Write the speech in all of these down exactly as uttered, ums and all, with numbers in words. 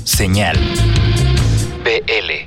Señal B L.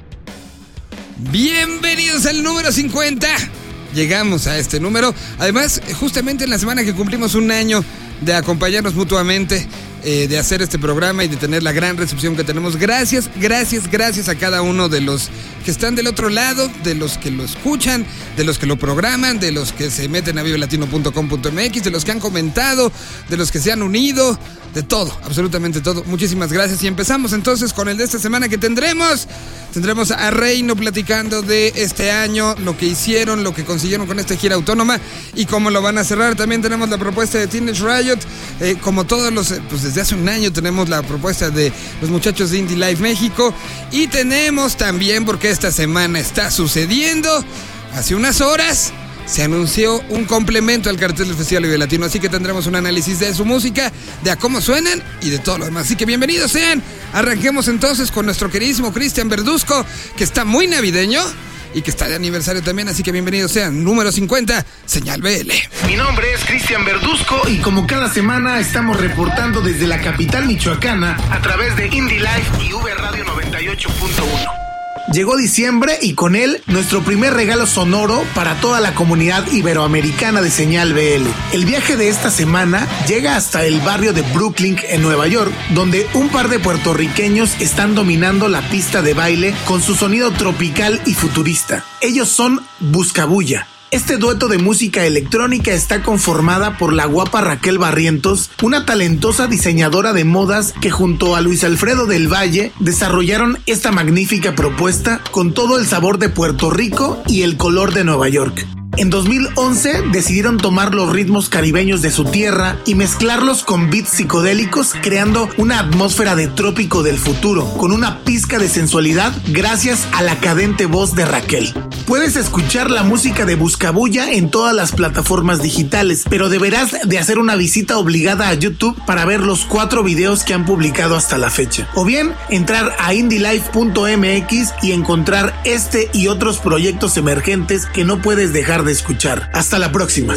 Bienvenidos al número cincuenta. Llegamos a este número. Además, justamente en la semana que cumplimos un año de acompañarnos mutuamente, eh, de hacer este programa y de tener la gran recepción que tenemos. Gracias, gracias, gracias a cada uno de los que están del otro lado, de los que lo escuchan, de los que lo programan, de los que se meten a vive latino punto com punto m x, de los que han comentado, de los que se han unido, de todo, absolutamente todo. Muchísimas gracias. Y empezamos entonces con el de esta semana que tendremos. Tendremos a Reino platicando de este año, lo que hicieron, lo que consiguieron con esta gira autónoma y cómo lo van a cerrar. También tenemos la propuesta de Teenage Riot. Eh, como todos los, pues desde hace un año tenemos la propuesta de los muchachos de Indie Live México. Y tenemos también, porque esta semana está sucediendo, hace unas horas se anunció un complemento al cartel del Festival Vive Latino, así que tendremos un análisis de su música, de a cómo suenan y de todo lo demás. Así que bienvenidos sean. Arranquemos entonces con nuestro queridísimo Cristian Verduzco, que está muy navideño y que está de aniversario también, así que bienvenidos sean. Número cincuenta, Señal B L. Mi nombre es Cristian Verduzco y como cada semana estamos reportando desde la capital michoacana a través de Indie Life y V Radio noventa y ocho punto uno. Llegó diciembre y con él nuestro primer regalo sonoro para toda la comunidad iberoamericana de Señal B L. El viaje de esta semana llega hasta el barrio de Brooklyn en Nueva York, donde un par de puertorriqueños están dominando la pista de baile con su sonido tropical y futurista. Ellos son Buscabulla. Este dueto de música electrónica está conformada por la guapa Raquel Barrientos, una talentosa diseñadora de modas que junto a Luis Alfredo del Valle desarrollaron esta magnífica propuesta con todo el sabor de Puerto Rico y el color de Nueva York. En dos mil once decidieron tomar los ritmos caribeños de su tierra y mezclarlos con beats psicodélicos, creando una atmósfera de trópico del futuro, con una pizca de sensualidad gracias a la cadente voz de Raquel. Puedes escuchar la música de Buscabulla en todas las plataformas digitales, pero deberás de hacer una visita obligada a YouTube para ver los cuatro videos que han publicado hasta la fecha. O bien, entrar a indie life punto m x y encontrar este y otros proyectos emergentes que no puedes dejar de escuchar. Hasta la próxima.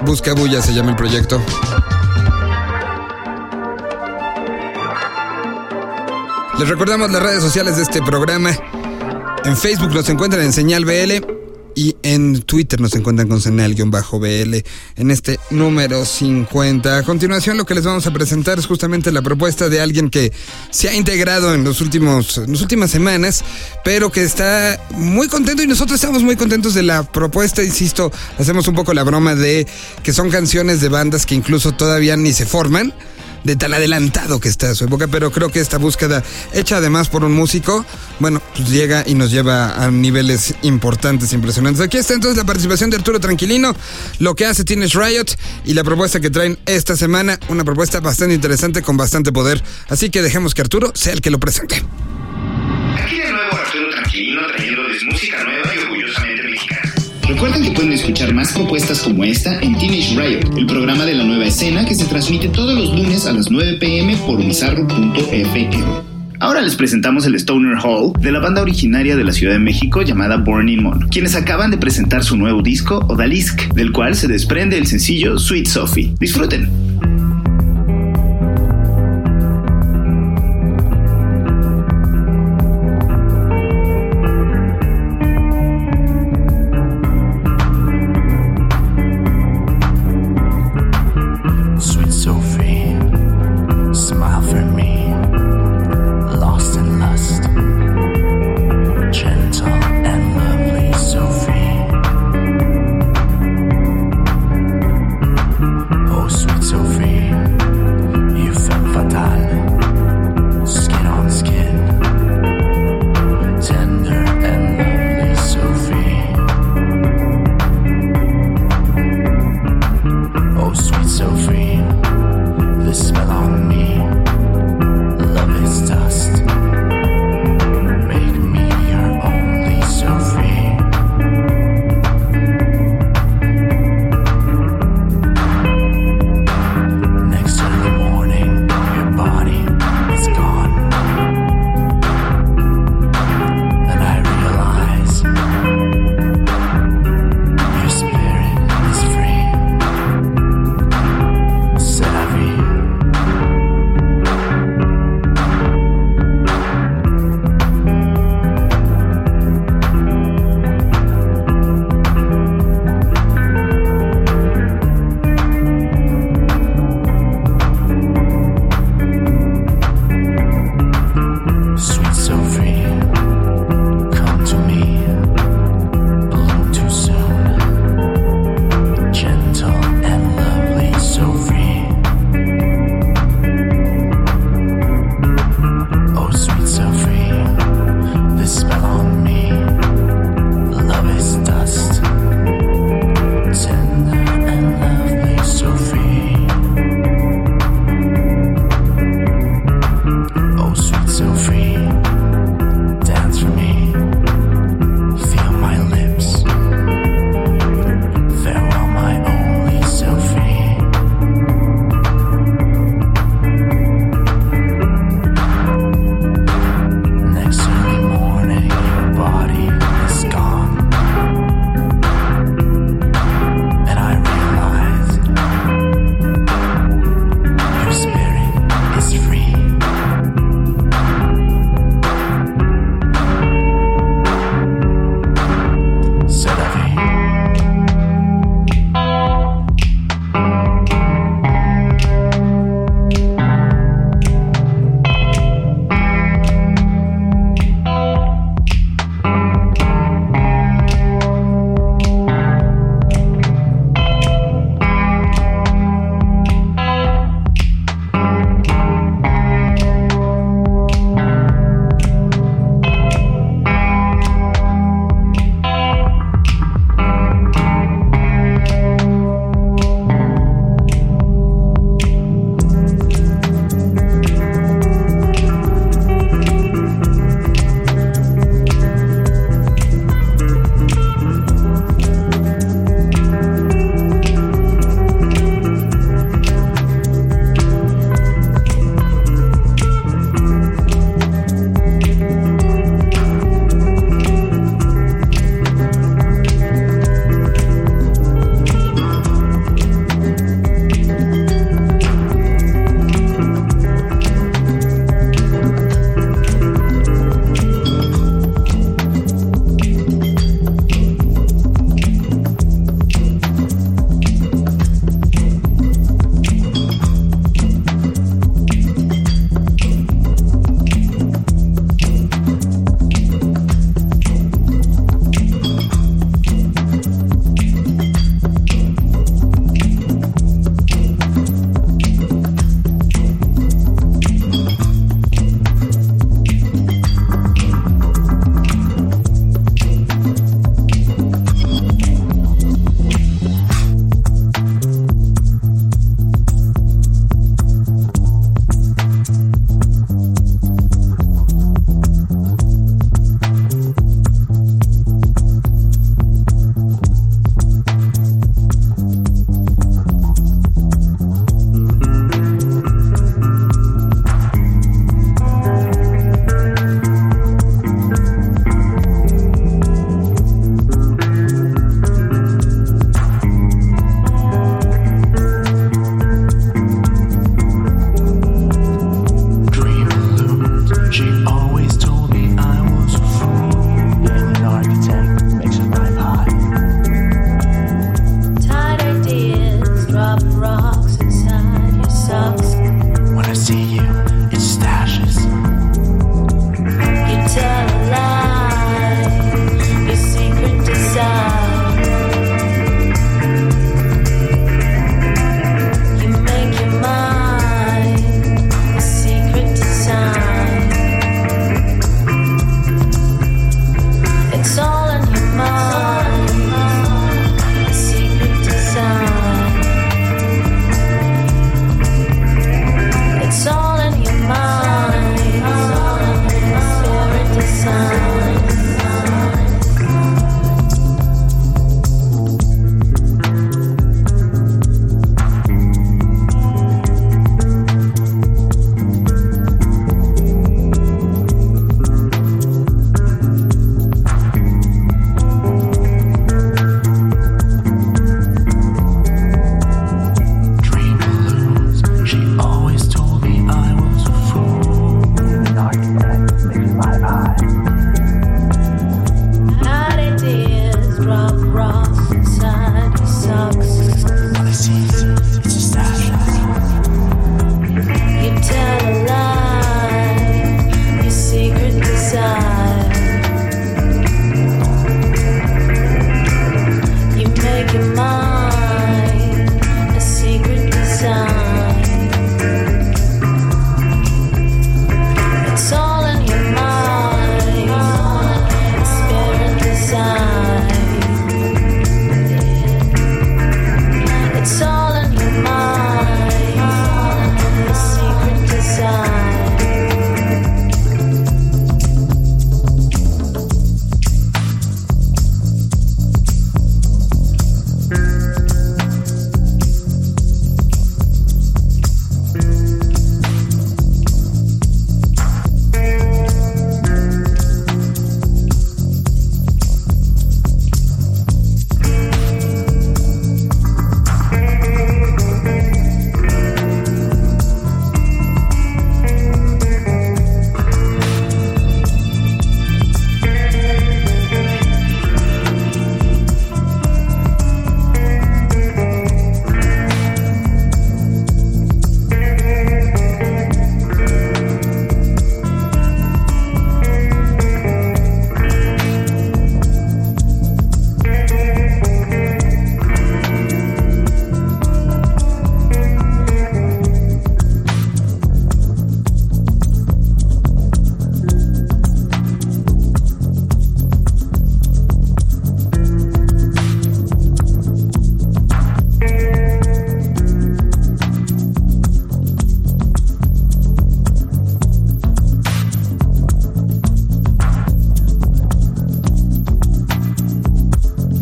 Busca Bulla se llama el proyecto. Les recordamos las redes sociales de este programa. En Facebook nos encuentran en Señal B L y en Twitter nos encuentran con Señal-B L en este número cincuenta. A continuación lo que les vamos a presentar es justamente la propuesta de alguien que se ha integrado en los últimos, en las últimas semanas, pero que está muy contento y nosotros estamos muy contentos de la propuesta. Insisto, hacemos un poco la broma de que son canciones de bandas que incluso todavía ni se forman, de tan adelantado que está su época, pero creo que esta búsqueda hecha además por un músico, bueno, pues llega y nos lleva a niveles importantes, impresionantes. Aquí está entonces la participación de Arturo Tranquilino, lo que hace Teenage Riot y la propuesta que traen esta semana, una propuesta bastante interesante con bastante poder, así que dejemos que Arturo sea el que lo presente. Aquí de nuevo Arturo Tranquilino trayéndoles música nueva y orgullosamente mexicana. Recuerden que pueden escuchar más propuestas como esta en Teenage Riot, el programa de la nueva escena que se transmite todos los lunes a las nueve pm por bizarro punto f m. Ahora les presentamos el Stoner Hall de la banda originaria de la Ciudad de México llamada Burning Moon, quienes acaban de presentar su nuevo disco Odalisque, del cual se desprende el sencillo Sweet Sophie. Disfruten. So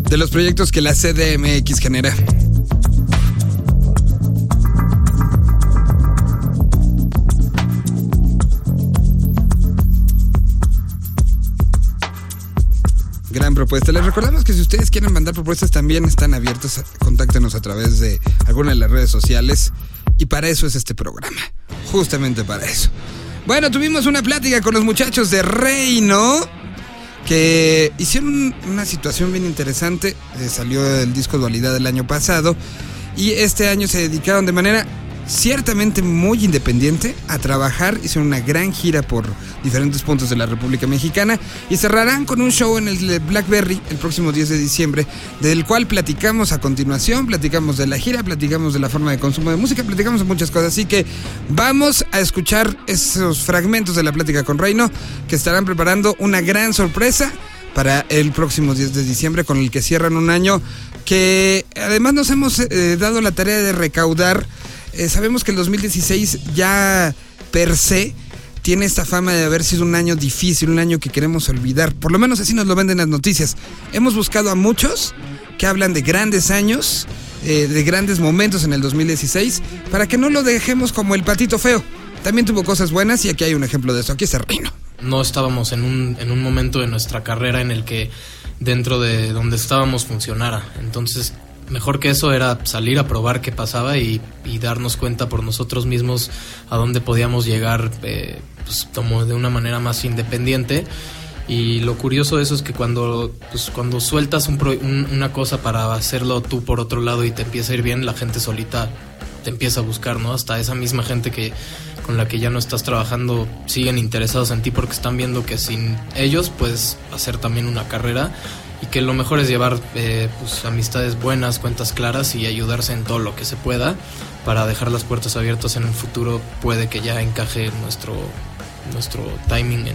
de los proyectos que la C D M X genera. Gran propuesta. Les recordamos que si ustedes quieren mandar propuestas también están abiertos. Contáctenos a través de alguna de las redes sociales. Y para eso es este programa. Justamente para eso. Bueno, tuvimos una plática con los muchachos de Reino, que hicieron una situación bien interesante. Eh, salió el disco Dualidad del año pasado. Y este año se dedicaron de manera ciertamente muy independiente a trabajar. Hicieron una gran gira por diferentes puntos de la República Mexicana y cerrarán con un show en el Blackberry el próximo diez de diciembre, del cual platicamos a continuación. Platicamos de la gira, platicamos de la forma de consumo de música, platicamos de muchas cosas, así que vamos a escuchar esos fragmentos de la plática con Reino, que estarán preparando una gran sorpresa para el próximo diez de diciembre, con el que cierran un año que además nos hemos eh, dado la tarea de recaudar. Eh, sabemos que el dos mil dieciséis ya per se tiene esta fama de haber sido un año difícil, un año que queremos olvidar. Por lo menos así nos lo venden las noticias. Hemos buscado a muchos que hablan de grandes años, eh, de grandes momentos en el dos mil dieciséis, para que no lo dejemos como el patito feo. También tuvo cosas buenas y aquí hay un ejemplo de eso. Aquí está Reino. No estábamos en un, en un momento de nuestra carrera en el que dentro de donde estábamos funcionara. Entonces, mejor que eso era salir a probar qué pasaba y, y darnos cuenta por nosotros mismos a dónde podíamos llegar, eh, pues, como de una manera más independiente. Y lo curioso de eso es que cuando, pues, cuando sueltas un pro, un, una cosa para hacerlo tú por otro lado y te empieza a ir bien, la gente solita te empieza a buscar, ¿no? Hasta esa misma gente que con la que ya no estás trabajando siguen interesados en ti porque están viendo que sin ellos puedes hacer también una carrera. Y que lo mejor es llevar eh, pues, amistades buenas, cuentas claras y ayudarse en todo lo que se pueda para dejar las puertas abiertas en el futuro. Puede que ya encaje nuestro, nuestro timing en,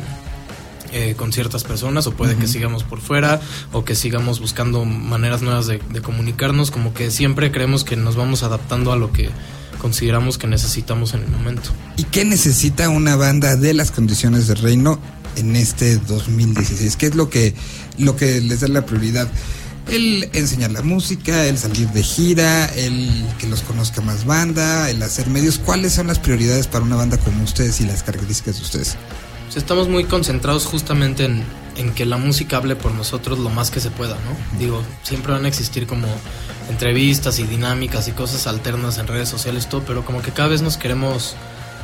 eh, con ciertas personas, o puede uh-huh. que sigamos por fuera o que sigamos buscando maneras nuevas de, de comunicarnos. Como que siempre creemos que nos vamos adaptando a lo que consideramos que necesitamos en el momento. ¿Y qué necesita una banda de las condiciones de Reino en este dos mil dieciséis? ¿Qué es lo que, lo que les da la prioridad? El enseñar la música, el salir de gira, el que los conozca más banda, el hacer medios. ¿Cuáles son las prioridades para una banda como ustedes y las características de ustedes? Pues estamos muy concentrados justamente en, en que la música hable por nosotros lo más que se pueda, ¿no? Digo, siempre van a existir como entrevistas y dinámicas y cosas alternas en redes sociales, todo, pero como que cada vez nos queremos...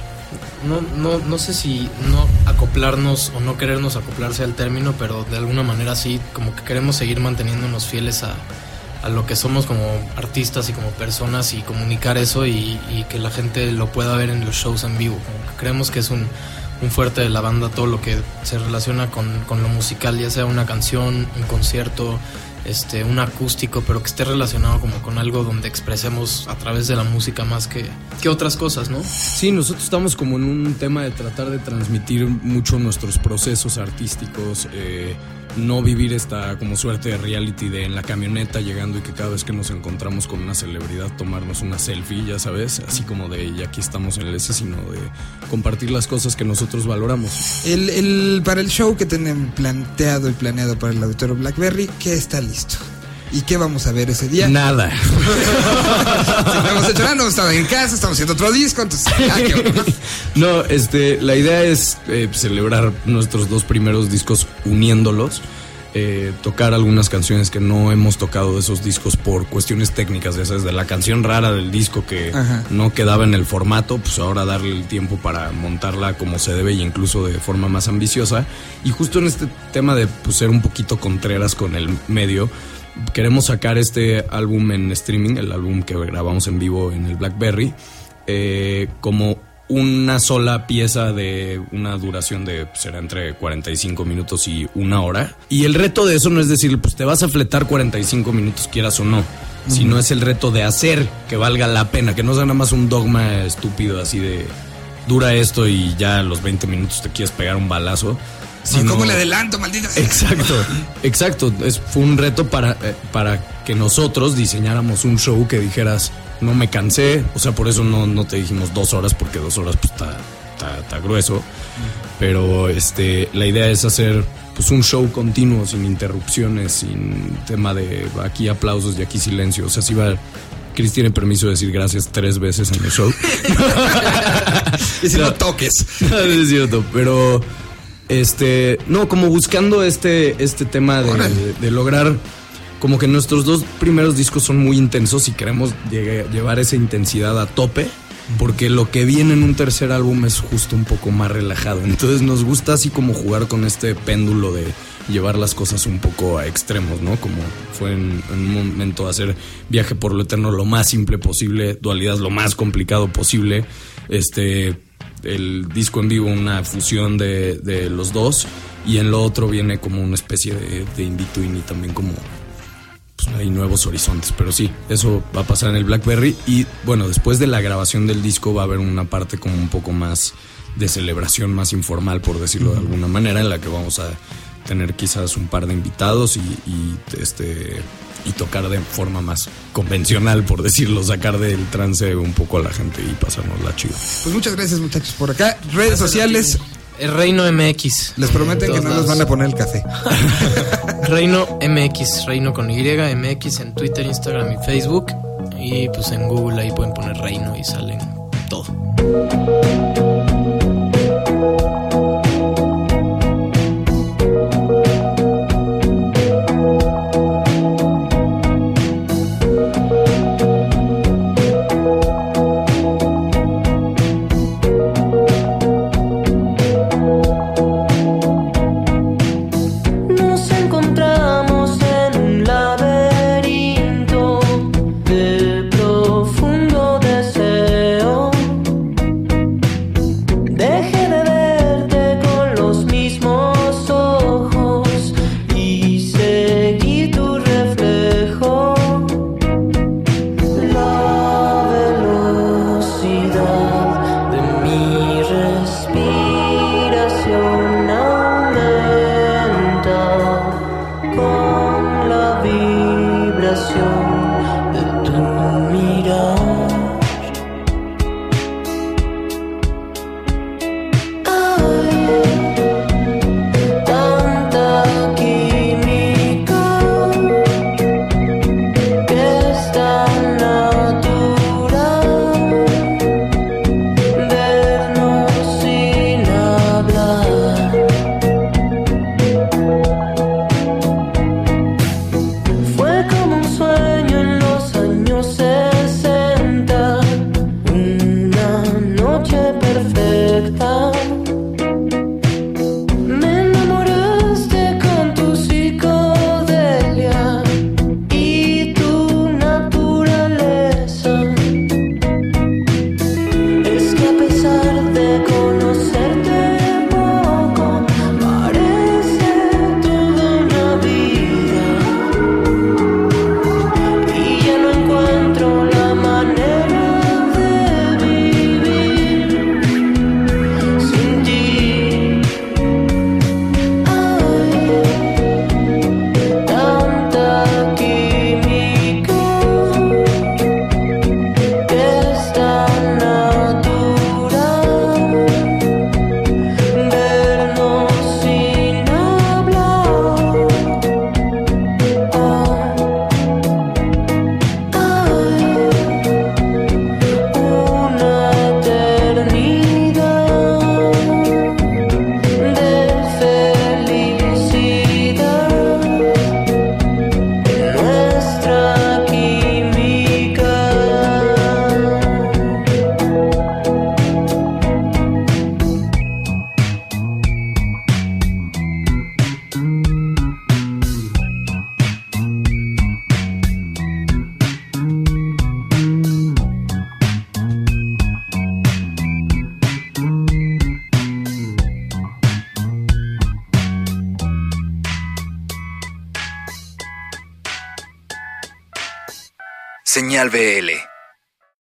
No, no, no sé si no acoplarnos o no querernos acoplarse al término, pero de alguna manera sí, como que queremos seguir manteniéndonos fieles a, a lo que somos como artistas y como personas, y comunicar eso y, y que la gente lo pueda ver en los shows en vivo. Como que creemos que es un, un fuerte de la banda todo lo que se relaciona con, con lo musical, ya sea una canción, un concierto, este, un acústico, pero que esté relacionado como con algo donde expresemos a través de la música más que, que otras cosas, ¿no? Sí, nosotros estamos como en un tema de tratar de transmitir mucho nuestros procesos artísticos, eh, no vivir esta como suerte de reality de en la camioneta llegando y que cada vez que nos encontramos con una celebridad tomarnos una selfie, ya sabes, así como de y aquí estamos en el ese, sino de compartir las cosas que nosotros valoramos. El, el, para el show que tienen planteado y planeado para el auditorio Blackberry, ¿qué está listo? ¿Y qué vamos a ver ese día? Nada. Si no hemos hecho nada, no estamos en casa, estamos haciendo otro disco, entonces... Ah, qué bueno. No, este, la idea es eh, celebrar nuestros dos primeros discos uniéndolos, eh, tocar algunas canciones que no hemos tocado de esos discos por cuestiones técnicas, ya sabes, de la canción rara del disco que Ajá. no quedaba en el formato, pues ahora darle el tiempo para montarla como se debe y incluso de forma más ambiciosa. Y justo en este tema de pues, ser un poquito contreras con el medio, queremos sacar este álbum en streaming, el álbum que grabamos en vivo en el Blackberry, eh, como una sola pieza de una duración de, será entre cuarenta y cinco minutos y una hora. Y el reto de eso no es decir, pues te vas a fletar cuarenta y cinco minutos, quieras o no, uh-huh. sino es el reto de hacer que valga la pena, que no sea nada más un dogma estúpido así de dura esto y ya a los veinte minutos te quieres pegar un balazo. Sino, ¿cómo le adelanto, maldita sea? Exacto, exacto. Es, fue un reto para, eh, para que nosotros diseñáramos un show que dijeras, no me cansé. O sea, por eso no, no te dijimos dos horas, porque dos horas pues está, está, está grueso. Uh-huh. Pero este, la idea es hacer pues un show continuo, sin interrupciones, sin tema de aquí aplausos y aquí silencio. O sea, si va... Chris tiene permiso de decir gracias tres veces en el show. Y si no, no toques. No, es cierto, pero... Este... No, como buscando este, este tema de, de, de lograr... Como que nuestros dos primeros discos son muy intensos y queremos llegar, llevar esa intensidad a tope, porque lo que viene en un tercer álbum es justo un poco más relajado. Entonces nos gusta así como jugar con este péndulo de llevar las cosas un poco a extremos, ¿no? Como fue en, en un momento hacer Viaje por lo Eterno lo más simple posible, Dualidad lo más complicado posible. Este, el disco en vivo, una fusión de, de los dos, y en lo otro viene como una especie de, de in-between y también como... Pues hay nuevos horizontes, pero sí, eso va a pasar en el Blackberry. Y bueno, después de la grabación del disco va a haber una parte como un poco más de celebración, más informal, por decirlo de alguna manera, en la que vamos a tener quizás un par de invitados y, y este y tocar de forma más convencional, por decirlo, sacar del trance un poco a la gente y pasárnosla chido. Pues muchas gracias, muchachos, por acá. Redes sociales. El Reino M X. Les prometen que no nos van a poner el café. Reino M X, Reino con Y, M X en Twitter, Instagram y Facebook. Y pues en Google ahí pueden poner Reino y salen todo. Señal B L.